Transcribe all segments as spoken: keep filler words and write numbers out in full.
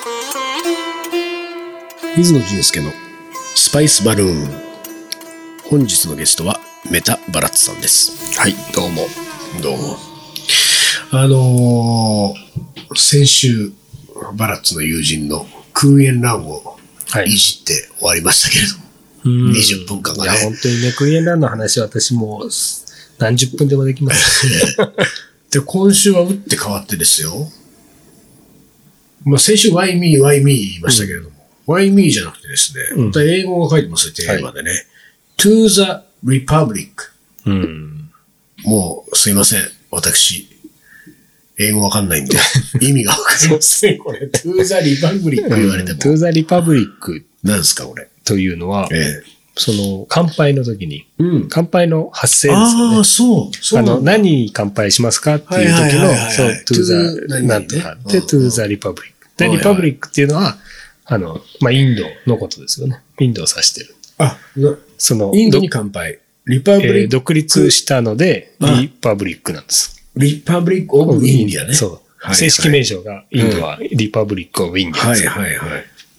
水野俊介のスパイスバルーン。本日のゲストはメタバラッツさんです。 はい、どうも。 どうも。あのー、先週バラッツの友人のクーエンランをいじって終わりましたけれども、はい、にじゅっぷんかんがね。 いや、本当にね、クーエンランの話は私も何十分でもできます。 で、今週は打って変わってですよ。まあ、先週 Why me, Why me 言いましたけれども、うん、Why me じゃなくてですね、うん、本当は英語が書いてますよ、テーマでね。はい、To the Republic、うん。もう、すいません。私、英語わかんないんで、意味がわかりません。これ、To the Republic 言われても。 To the Republic。 何ですか、これ。 というのは、ええ、その、乾杯の時に、うん、乾杯の発声ですよね。 ああ、そう。そうあの、何に乾杯しますかっていう時の、そう、To the、なんとか。で、To the Republic。で、リパブリックっていうのは、あの、まあ、インドのことですよね。インドを指してる。 あ、 その、 インドに乾杯。リパブリック、えー。 独立したので、リパブリックなんです。 リパブリックオブインディアね。 そう。はいはい、正式名称が、インドはリパブリックオブインディアです。 はいはいはい。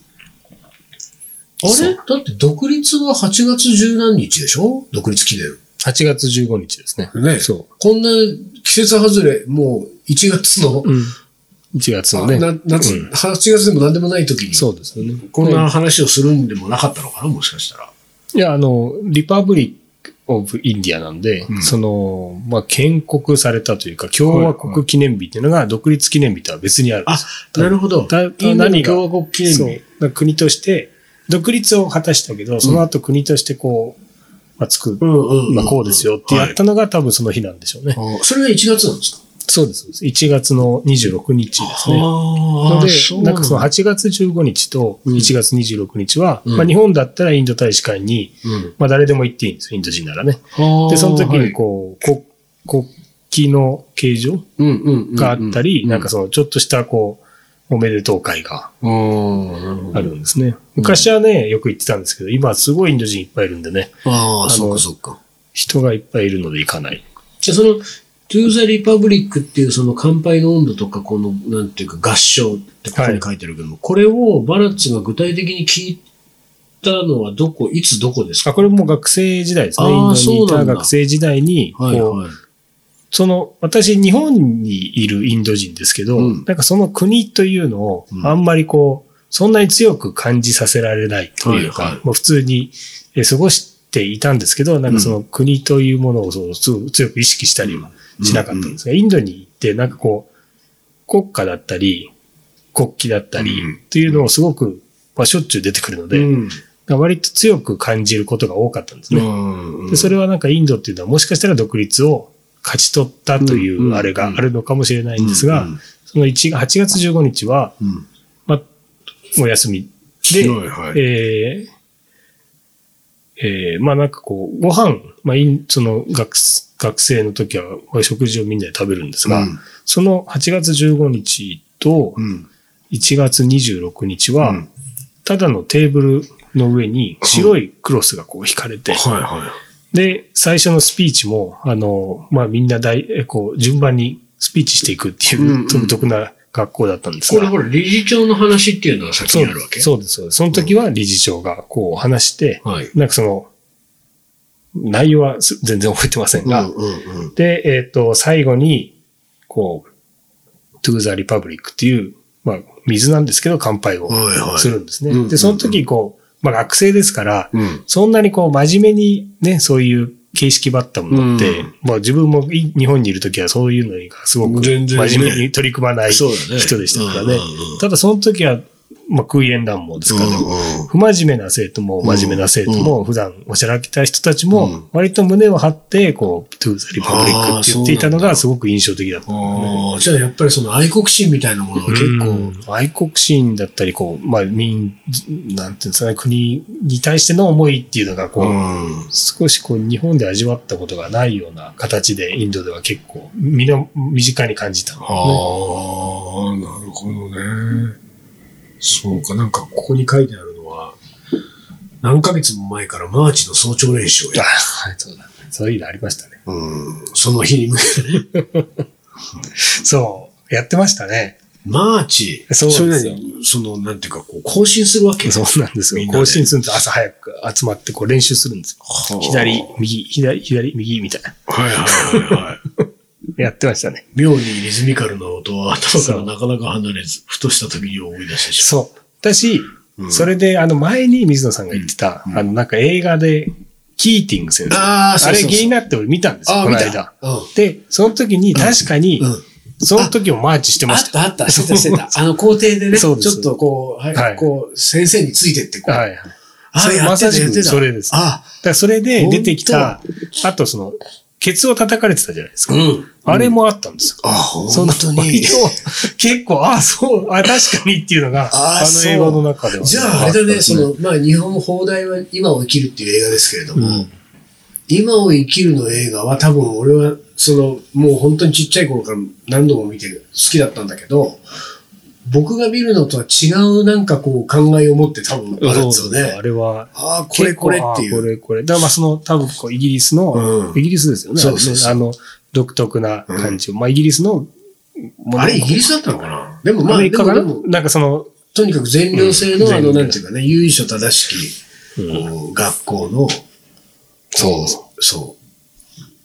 あれだって独立ははちがつ十何日でしょ？独立記念。 はちがつじゅうごにちですね。 ね。そう。こんな季節外れ、もういちがつの、うん、 いちがつのね。 夏、うん、はちがつでも何でもない時に。 そうですよね。 こんな話をするんでもなかったのかな、もしかしたら。 いや、あの、リパブリックオブインディアなんで、うん、その、まあ、建国されたというか、共和国記念日っていうのが独立記念日とは別にあるんです。 あ、なるほど。 だ何が共和国記念日。そう。国として、独立を果たしたけど、その後国としてこう、まあ、作る、まあ、こうですよってやったのが多分その日なんでしょうね。 それがいちがつなんですか？ そうです。いちがつのにじゅうろくにちですね。ので、なんかそのはちがつじゅうごにちといちがつにじゅうろくにちは、うん、まあ日本だったらインド大使館に、うん、まあ誰でも行っていいんですよ、インド人ならね。で、その時にこう、国、国旗の形状があったり、なんかそのちょっとしたこう、おめでとう会があるんですね。昔はね、よく行ってたんですけど、今はすごいインド人いっぱいいるんでね。 ああ、そっかそっか。 人がいっぱいいるので行かない。 じゃあその、To the Republic っていうその乾杯の温度とかこの、なんていうか合唱ってここに書いてるけども、はい、これをバラッツが具体的に聞いたのはどこ、いつどこですか？ あ、これも学生時代ですね。インドにいた学生時代に、こう、はいはい、その、私日本にいるインド人ですけど、うん、なんかその国というのをあんまりこう、そんなに強く感じさせられないというか、はいはい、もう普通に過ごしていたんですけど、なんかその国というものをそう強く意識したりはしなかったんですが、うんうん、インドに行ってなんかこう、国歌だったり、国旗だったりっていうのをすごく、まあ、しょっちゅう出てくるので、うん、割と強く感じることが多かったんですね、うんうん。でそれはなんかインドっていうのはもしかしたら独立を勝ち取ったというあれがあるのかもしれないんですが、そのはちがつじゅうごにちは、まあ、お休みで、はいはい、えーえー、まあなんかこう、ご飯、まあ、その学、学生の時は食事をみんなで食べるんですが、うん、そのはちがつじゅうごにちといちがつにじゅうろくにちは、うん、ただのテーブルの上に白いクロスがこう引かれて、はいはい、で、最初のスピーチも、あの、まあみんな大、こう、順番にスピーチしていくっていう独特な学校だったんですが。 これほら、理事長の話っていうのは先にあるわけ？ そうです、そうです。その時は理事長がこう話して、うん、なんかその、内容は全然覚えてませんが、うんうんうん、で、えっと、最後に、こう、To the Republic っていう、まあ、水なんですけど、乾杯をするんですね。はいはい、で、その時、こう、まあ、学生ですから、うん、そんなにこう、真面目にね、そういう形式ばったものって、うん、まあ、自分も日本にいる時はそういうのにすごく真面目に取り組まない人でしたからね。ただ、その時は、まあ、空縁乱暴ですから、うんうん、不真面目な生徒も真面目な生徒も、普段おしゃらけた人たちも、割と胸を張って、こう、To the Republic って言っていたのがすごく印象的だった、ね。 じゃあやっぱりその愛国心みたいなものは結構、うん、 愛国心だったり、こう、まあ、民、なんていうんですかね、国に対しての思いっていうのが、こう、うん、少しこう、日本で味わったことがないような形で、インドでは結構、みんな身近に感じたのね。 ああ、なるほどね。そうか、なんかここに書いてあるのは、何ヶ月も前からマーチの早朝練習をやる。 はい、そうだね。そういうのありましたね。 うん、その日に向けてね。 そう、やってましたね。 マーチ。 そうですよ。 その、なんていうか、こう、更新するわけ。 そうなんですよ。更新すると朝早く集まってこう練習するんですよ。左、右、左、左、右みたいな。 はいはいはいはい。 やってましたね。 妙にリズミカルな音は頭からなかなか離れず、ふとした時に思い出してしまう。そう。私、うん、それで、あの、前に水野さんが言ってた、うん、あの、なんか映画で、キーティング先生。ああ、そうそうそう。あれ気になって俺見たんですよ、この間。うん、で、その時に確かに、うんうん、その時もマーチしてました。 あったあった、してたしてた。あの校庭でね、ちょっとこう、はいはい、こう、先生についてってこう。はいはい。 ああ、まさしくそれです。ああ。だからそれで出てきた、あとその、ケツを叩かれてたじゃないですか。うん。あれもあったんですよ。 ああ、本当に。 結構、ああ、そう、あ確かにっていうのが、あの映画の中では。 じゃあ、あれだね、その、まあ、日本放題は今を生きるっていう映画ですけれども、うん、今を生きるの映画は多分俺は、その、もう本当にちっちゃい頃から何度も見て好きだったんだけど、僕が見るのとは違うなんかこう考えを持って多分あるんですよね。 あれは。 ああ、これこれっていう。 これこれ。だからまあその多分こうイギリスの、うん、イギリスですよね。 そうそうそう。 あの、独特な感じを。うん、まあイギリスの、 あれイギリスだったのかなでもまあ、 アメリカかななんかその、 とにかく全寮制の、うん、あの、なんていうかね、由緒正しき、うん、学校の、 そう。 そう。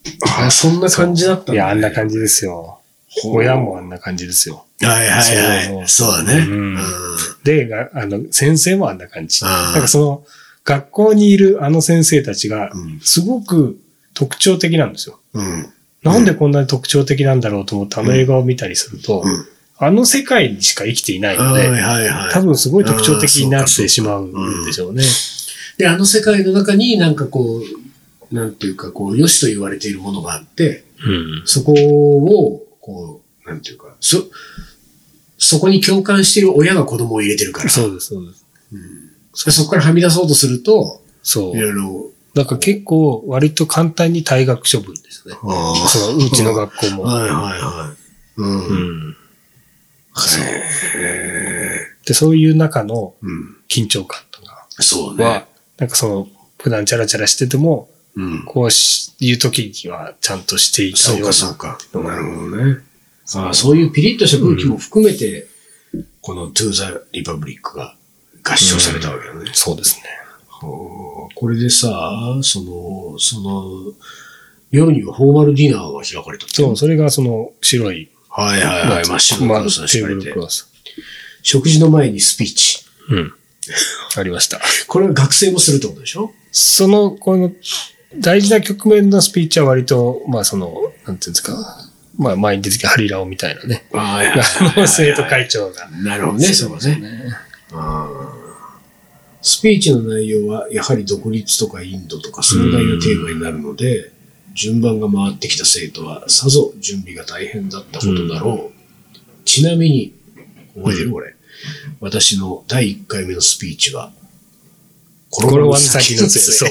ああ、そんな感じだったんだ、ね。 いや、あんな感じですよ。親もあんな感じですよ。 はいはいはい。そうだね。うん、 で、あの、先生もあんな感じ。なんかその、学校にいるあの先生たちが、すごく特徴的なんですよ。うん、なんでこんなに特徴的なんだろうと思ってあの映画を見たりすると、うん、あの世界にしか生きていないので、はいはいはい、多分すごい特徴的になってしまうんでしょうね。 で、あの世界の中になんかこう、なんていうかこう、良しと言われているものがあって、うん、そこを、こう、なんていうか、そ、そこに共感している親が子供を入れてるから。 そうです、そうです。 うん、そこからはみ出そうとすると、 そう。 いろいろ。 だから結構割と簡単に退学処分ですね。あそのうちの学校も。 はいはいはい。うん。うん、 そうで、そういう中の緊張感とかは、 そうね。 なんかその、普段チャラチャラしてても、うん、こういう時にはちゃんとしていたような。 そうかそうか。なるほどね。ああ、そういうピリッとした空気も含めて、うん、この To the Republic が合唱されたわけだね。うん、 そうですね。 これでさ、その、その、夜にはフォーマルディナーが開かれた。 そう、それがその白い。 はいはいはい、真っ白なクロスが敷かれて。食事の前にスピーチ。 うん。ありました。 これは学生もするってことでしょ？ その、この、大事な局面のスピーチは割と、まあその、なんていうんですか。まあ前に出てきたハリラオみたいなね。ああ、いや。生徒会長が。 なるほどね、そうですね。あスピーチの内容はやはり独立とかインドとか壮大なテーマになるので、順番が回ってきた生徒はさぞ準備が大変だったことだろう。ちなみに、覚えてるこれ。私のだいいっかいめのスピーチは、 転ばぬ先の杖。そう。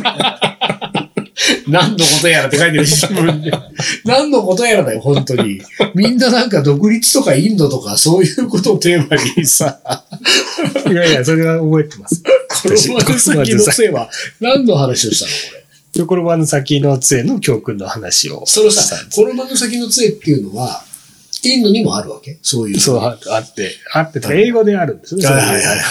何のことやらって書いてるし、自分で。何のことやらだよ、本当に。みんななんか独立とかインドとかそういうことをテーマにさ。 いやいや、それは覚えてます。 転ばぬ先の杖は何の話をしたのこれ。 転ばぬ先の杖の教訓の話を。 そのさ、転ばぬ先の杖っていうのは、インドにもあるわけそういう。 そう、あって、あって、英語であるんですね。はいはいはい。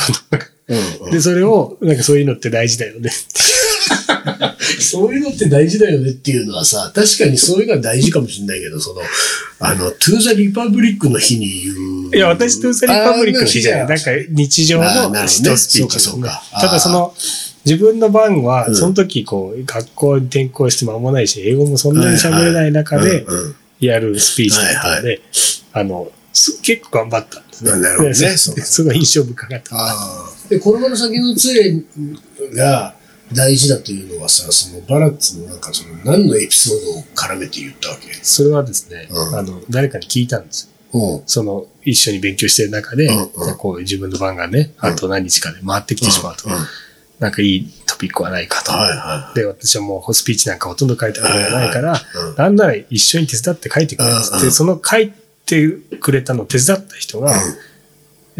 で、それを、なんかそういうのって大事だよね。 そういうのって大事だよねっていうのはさ、確かにそういうのは大事かもしれないけど、その、あの、To the Republic の日に言う。 いや、私 To the Republic の日じゃない。なんか日常の一スピーチ。そうか。ただその、自分の番は、その時こう、学校に転校して間もないし、英語もそんなに喋れない中で、やるスピーチだったので、あの、結構頑張ったんですね。 なるほどね。 すごい印象深かった。 で、転ばぬ先の杖が大事だというのはさ、そのバラッツのなんかその何のエピソードを絡めて言ったわけ？ それはですね、うん、あの、誰かに聞いたんですよ。うん、その、一緒に勉強してる中で、うんうん、こう自分の番がね、あと何日かで回ってきてしまうと。うんうん、なんかいいトピックはないかと。はいはい、で、私はもうスピーチなんかほとんど書いたことがないから、はいはいうん、なんなら一緒に手伝って書いてくれって、その書いてくれたのを手伝った人が、うん、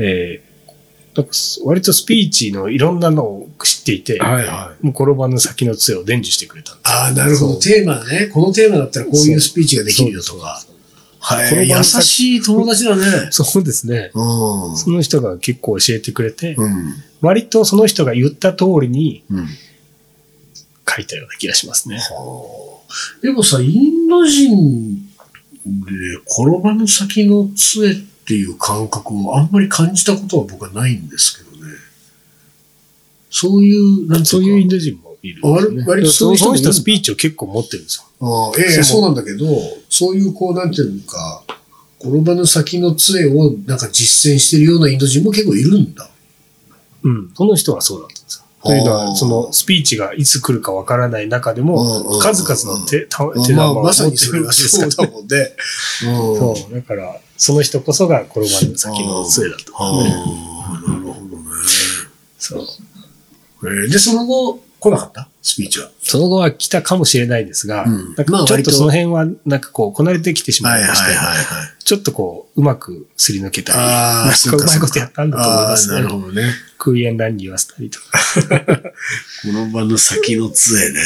えー、割とスピーチのいろんなのを知っていて、はいはい、もう転ばぬ先の杖を伝授してくれたんです。 ああ、なるほど。テーマね。このテーマだったらこういうスピーチができるよとか。 はい、優しい友達だね。 そうですね。 うん、 その人が結構教えてくれて、 うん、 割とその人が言った通りにうん、 書いたような気がしますね。 はあ、でもさ、インド人で転ばぬ先の杖っていう感覚をあんまり感じたことは僕はないんですけどね。そういう、なんていうか。 そういうインド人もいるんですね。割とそういう人もいる。その人スピーチを結構持ってるんですよ。 ああ、いやいや、そうなんだけど、そういうこう、なんていうか、転ばぬ先の杖をなんか実践してるようなインド人も結構いるんだ。 うん。その人はそうだったんですよ。というのは、そのスピーチがいつ来るかわからない中でも、数々の手、手玉を持ってるんですから。 そうだもんね。 そう。だから、その人こそが転ばぬ先の杖だと。 ああ、なるほどね。 そう。 で、その後、来なかったスピーチは。 その後は来たかもしれないですが、うん、なんかちょっとその辺は、なんかこう、こなれてきてしまいまして、ちょっとこう、うまくすり抜けたり、なんかうまいことやったんだと思いますね。 なるほどね。 空言乱に言わせたりとか。 この場の先の杖ね。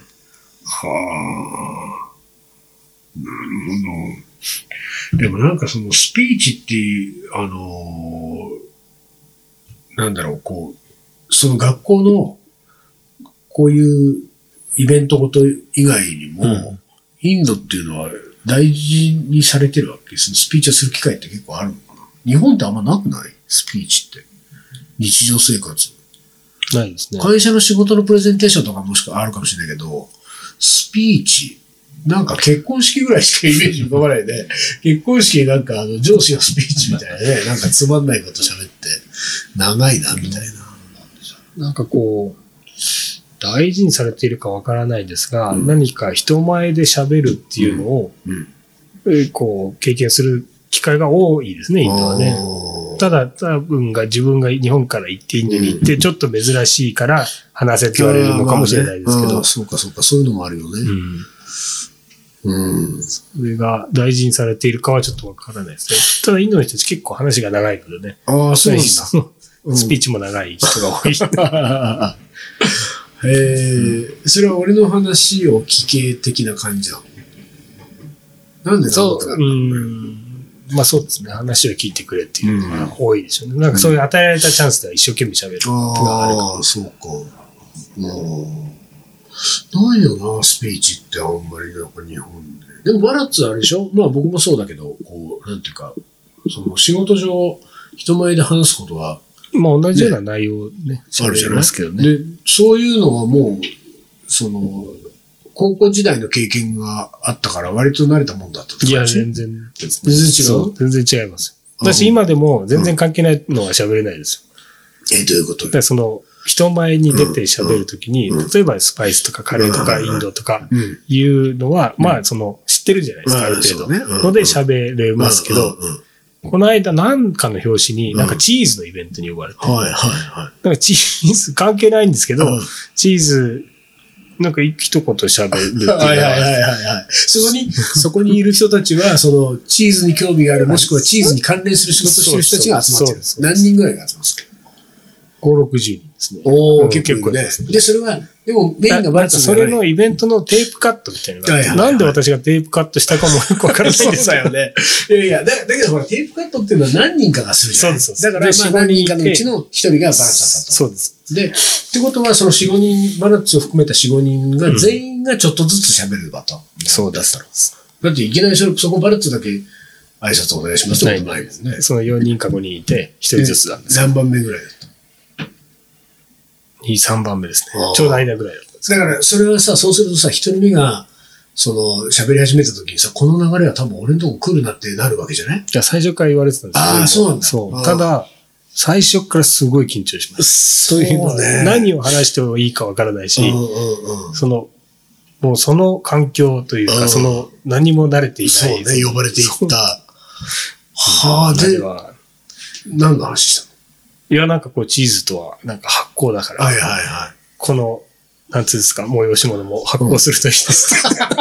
はあ。なるほど。でもなんかそのスピーチっていう、あのー、なんだろう、こう、その学校の、こういうイベントごと以外にも、うん、インドっていうのは大事にされてるわけですね。スピーチをする機会って結構あるのかな。日本ってあんまなくない？スピーチって。日常生活。 ないですね。 会社の仕事のプレゼンテーションとかもしくはあるかもしれないけど、スピーチ、なんか結婚式ぐらいしかイメージ浮かばないで、結婚式なんかあの上司がスピーチみたいなね、なんかつまんないこと喋って、長いな、みたいな。なんかこう、大事にされているかわからないですが、うん、何か人前で喋るっていうのを、うんうん、こう経験する機会が多いですね、インドはね。ただ、多分が自分が日本から行ってインドに行って、ちょっと珍しいから話せって言われるのかもしれないですけど。 ああ、そうかそうか、そういうのもあるよね。うん。うん。 それが大事にされているかはちょっとわからないですね。ただ、インドの人たち結構話が長いのでね。 ああ、そうなんだ。 スピーチも長い人が多い。 えー、それは俺の話を聞け的な感じなの？なんで長くなるの？ うん。まあそうですね。話を聞いてくれっていうのが多いでしょうね。うん、なんかそういう与えられたチャンスでは一生懸命喋る。 ああ、そうか。うん。ないよな、スピーチってあんまりなんか日本で。でもバラッツあれでしょ？まあ僕もそうだけど、こう、なんていうか、その仕事上、人前で話すことは、 まあ同じような内容ね、あるじゃないですけどね。 で、そういうのはもう、その、高校時代の経験があったから割と慣れたもんだったっていや、全然ですね。 全然違う？ 全然違います。私今でも全然関係ないのは喋れないですよ。うん、え、どういうこと？ だからその、人前に出て喋るときに、うんうん、例えばスパイスとかカレーとかインドとかいうのは、うん、まあその、知ってるじゃないですか、ある程度。ね、ので喋れますけど、この間なんかの表紙になんかチーズのイベントに呼ばれて、 はいはいはい。 なんかチーズ関係ないんですけど、チーズ、なんか一言喋るっていうのは。 はいはいはいはい。そこに、そこにいる人たちは、その、チーズに興味がある、もしくはチーズに関連する仕事をしてる人たちが集まってる。何人ぐらいが集まってる？ ご、ろくじゅうにんですね。 おー、結構ね。で、それは、でもメインがバッツそれのイベントのテープカットみたいなのがあって、なんで私がテープカットしたかもよくわからないんですそうだよね。いやいや、だだけどほら、テープカットっていうのは何人かがするじゃないですか。そうです。だから、まあ何人かのうちの一人がバラッツだったと。 そうです。 で、ってことは、そのよん、ごにん、バラッツを含めたよん、ごにんが全員がちょっとずつ喋る場と。 そうだったら。 だっていきなりそこバラッツだけ挨拶お願いしますってことないですね。 そのよにんかごにんいて、ひとりずつなんです。 何番目ぐらいだった？ に、さんばんめですね。ちょうど間ぐらいだったんです。 だから、それはさ、そうするとさ、一人目が、その、喋り始めた時にさ、この流れは多分俺のとこ来るなってなるわけじゃない？いや、最初から言われてたんですけど。 ああ、そうなんだ。 そう。ただ、最初からすごい緊張します。そういうのね。何を話してもいいかわからないし、その、もうその環境というか、その、何も慣れていない。 そうね、呼ばれていった。はあ、で、何の話したの？ いや、なんかこう、チーズとは、なんか発酵だから。 はいはいはい。 この、なんつうんですか、催し物も発酵するといいです。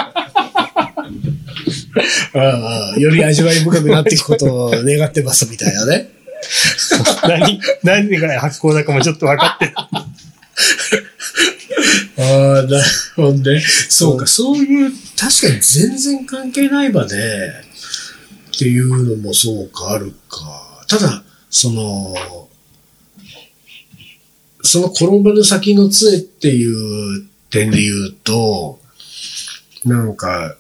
うん、ああ、より味わい深くなっていくことを願ってますみたいなね。 何、何が発酵だかもちょっと分かってる。ああ、なるほどね。そうか、そういう、確かに全然関係ない場で、 っていうのもそうか、あるか。ただ、その、その転ばぬ先の杖っていう点で言うと、なんか、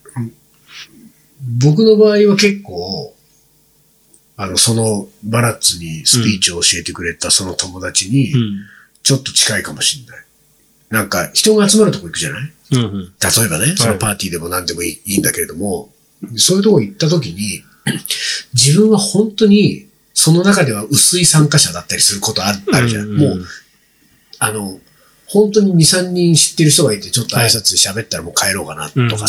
僕の場合は結構、あの、そのバラッツにスピーチを教えてくれたその友達に、ちょっと近いかもしれない。なんか、人が集まるとこ行くじゃない、うんうん、例えばね、そのパーティーでも何でもいい、いいんだけれども、そういうとこ行った時に、自分は本当に、その中では薄い参加者だったりすることある、あるじゃん。うんうん、もう、あの、本当にに、さんにん知ってる人がいて、ちょっと挨拶喋ったらもう帰ろうかなとかね。はい、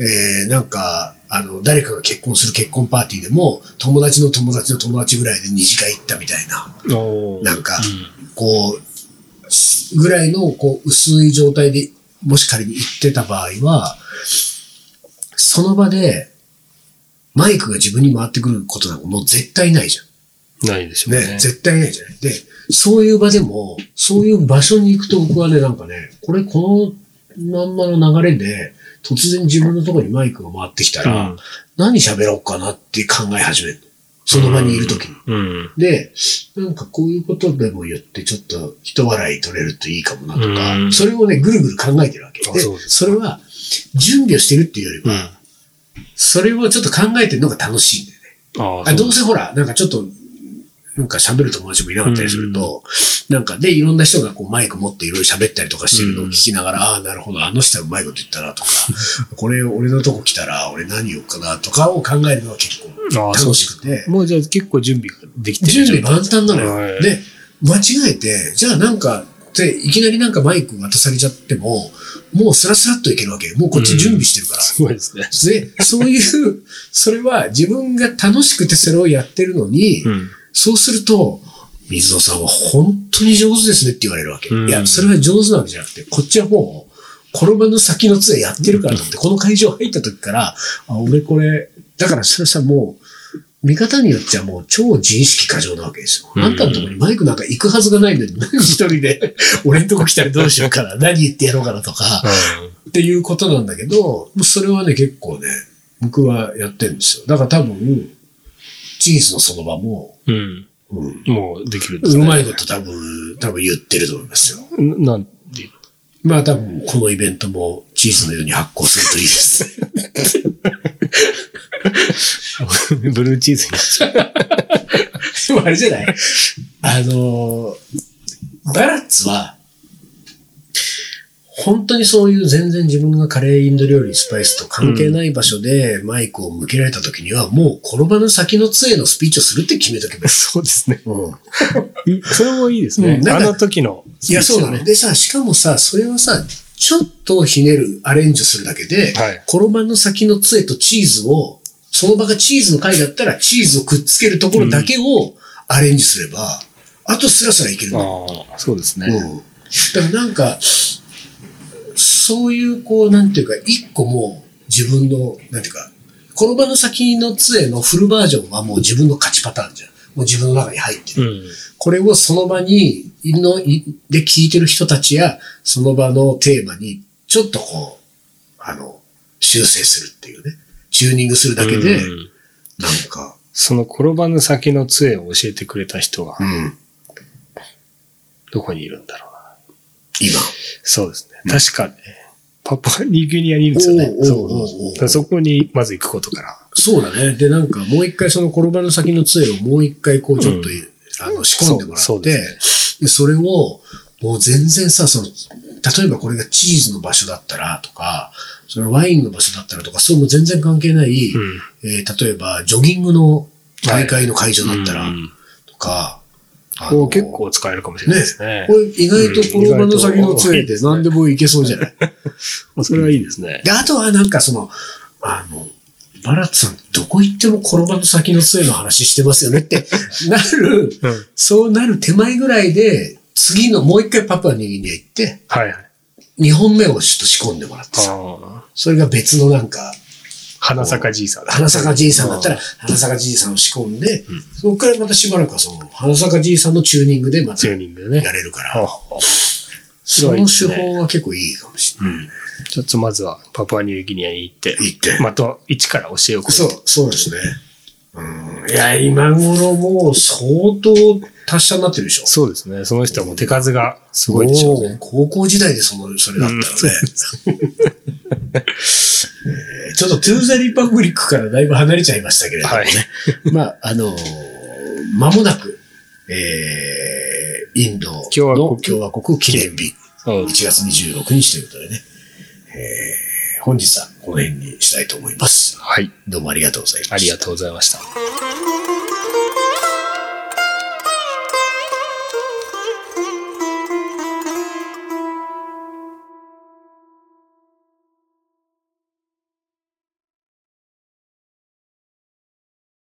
えー、なんか、あの、誰かが結婚する結婚パーティーでも、友達の友達の友達ぐらいで二次会行ったみたいな。なんか、うん、こう、ぐらいの、こう、薄い状態で、もし仮に行ってた場合は、その場で、マイクが自分に回ってくることなんかもう絶対ないじゃん。 ないでしょうね。 ね、絶対ないじゃない。で、そういう場でも、そういう場所に行くと僕はね、なんかね、これこのまんまの流れで、突然自分のところにマイクが回ってきたら、うん、何喋ろうかなって考え始める。その場にいるときに、うんうん。で、なんかこういうことでも言ってちょっと一笑い取れるといいかもなとか、うん、それをね、ぐるぐる考えてるわけ。で、そ, それは準備をしてるっていうよりは、うん、それをちょっと考えてるのが楽しいんだよね。ああ、どうせほら、なんかちょっと、なんか喋る友達もいなかったりすると、うん、なんかで、いろんな人がこうマイク持っていろいろ喋ったりとかしてるのを聞きながら、うん、ああ、なるほど、あの人はうまいこと言ったなとか、これ俺のとこ来たら俺何言おうかなとかを考えるのは結構楽しくて。 もうじゃあ結構準備ができてる。 準備万端なのよ。はい、で、間違えて、じゃあなんか、で、いきなりなんかマイク渡されちゃっても、もうスラスラっといけるわけ。もうこっち準備してるから。うん、 すごいですね。 で、そういう、それは自分が楽しくてそれをやってるのに、うん、そうすると、水野さんは本当に上手ですねって言われるわけ。うん、いや、それは上手なわけじゃなくて、こっちはもう、転ばぬ先の杖やってるからと思って、この会場入った時から、あ、俺これ、だからそれさ、もう、見方によっちゃもう超自意識過剰なわけですよ。うん、あんたのところにマイクなんか行くはずがないのに、何一人で、俺のとこ来たらどうしようかな、何言ってやろうかなとか、うん、っていうことなんだけど、それはね、結構ね、僕はやってるんですよ。だから多分、チーズのその場も、 うんうん、もうできるんですね。うまいこと多分、多分言ってると思いますよ。 なんでまあ多分、このイベントもチーズのように発行するといいです。 ブルーチーズになっちゃう。 でもあれじゃないあの、バラッツは、本当にそういう全然自分がカレーインド料理スパイスと関係ない場所でマイクを向けられた時には、もう転ばぬ先の杖のスピーチをするって決めとけば。 そうですね。うん、それもいいですね。うん、あの時のスピーチ、ね。いや、そうだね。でさ、しかもさ、それはさ、ちょっとひねる、アレンジするだけで、はい、転ばぬ先の杖とチーズを、その場がチーズの回だったらチーズをくっつけるところだけをアレンジすれば、うん、あとスラスラいけるの。ああ、そうですね。うん。 だからなんか、そういう、こう、なんていうか、一個もう自分の、なんていうか、転ばぬ先の杖のフルバージョンはもう自分の勝ちパターンじゃん。もう自分の中に入ってる。うん、これをその場に、の、で聞いてる人たちや、その場のテーマに、ちょっとこう、あの、修正するっていうね。チューニングするだけで、うん、なんか。 その転ばぬ先の杖を教えてくれた人は、うん、どこにいるんだろうな。 今。 そうですね。確かね、パプアニューギニアにいるんですよね。そう。そこにまず行くことから。 そうだね。で、なんかもう一回その転ばぬ先の杖をもう一回こうちょっと、うん、あの仕込んでもらって、そうですね、でそれをもう全然さ、その、例えばこれがチーズの場所だったらとか、それワインの場所だったらとか、そうも全然関係ない、うんえー、例えばジョギングの大会の会場だったらとか、 こう結構使えるかもしれないですね。ねこれ意外と転ばぬ先の杖で何でもいけそうじゃない、 うん、それはいいですね。 で、あとはなんかその、あの、バラッツさんどこ行っても転ばぬ先の杖の話してますよねってなる、うん、そうなる手前ぐらいで、次のもう一回パプアニューギニア行って、はいはい。二本目をちょっと仕込んでもらってさ、それが別のなんか、 花坂じいさん。 花坂じいさんだったら、花坂じいさんを仕込んで、うん、そこからまたしばらくはその、花坂じいさんのチューニングでまたやれるから、その手法は結構いいかもしれない。うんちょっとまずはパプアニューギニアに行って、 行って。 また一から教えをくれそう、そうですね。うん、いや、今頃もう相当達者になってるでしょ。 そうですね。その人はもう手数がすごいでしょうね。 高校時代でその、それだったらね。うん、ちょっとトゥーザリパブリックからだいぶ離れちゃいましたけれどもね。はい、まあ、あの、間もなく、えー、インドの共和国記念日、いちがつにじゅうろくにちということでね、えー、本日はこの辺にしたいと思います。 はい。 どうもありがとうございました。 ありがとうございました。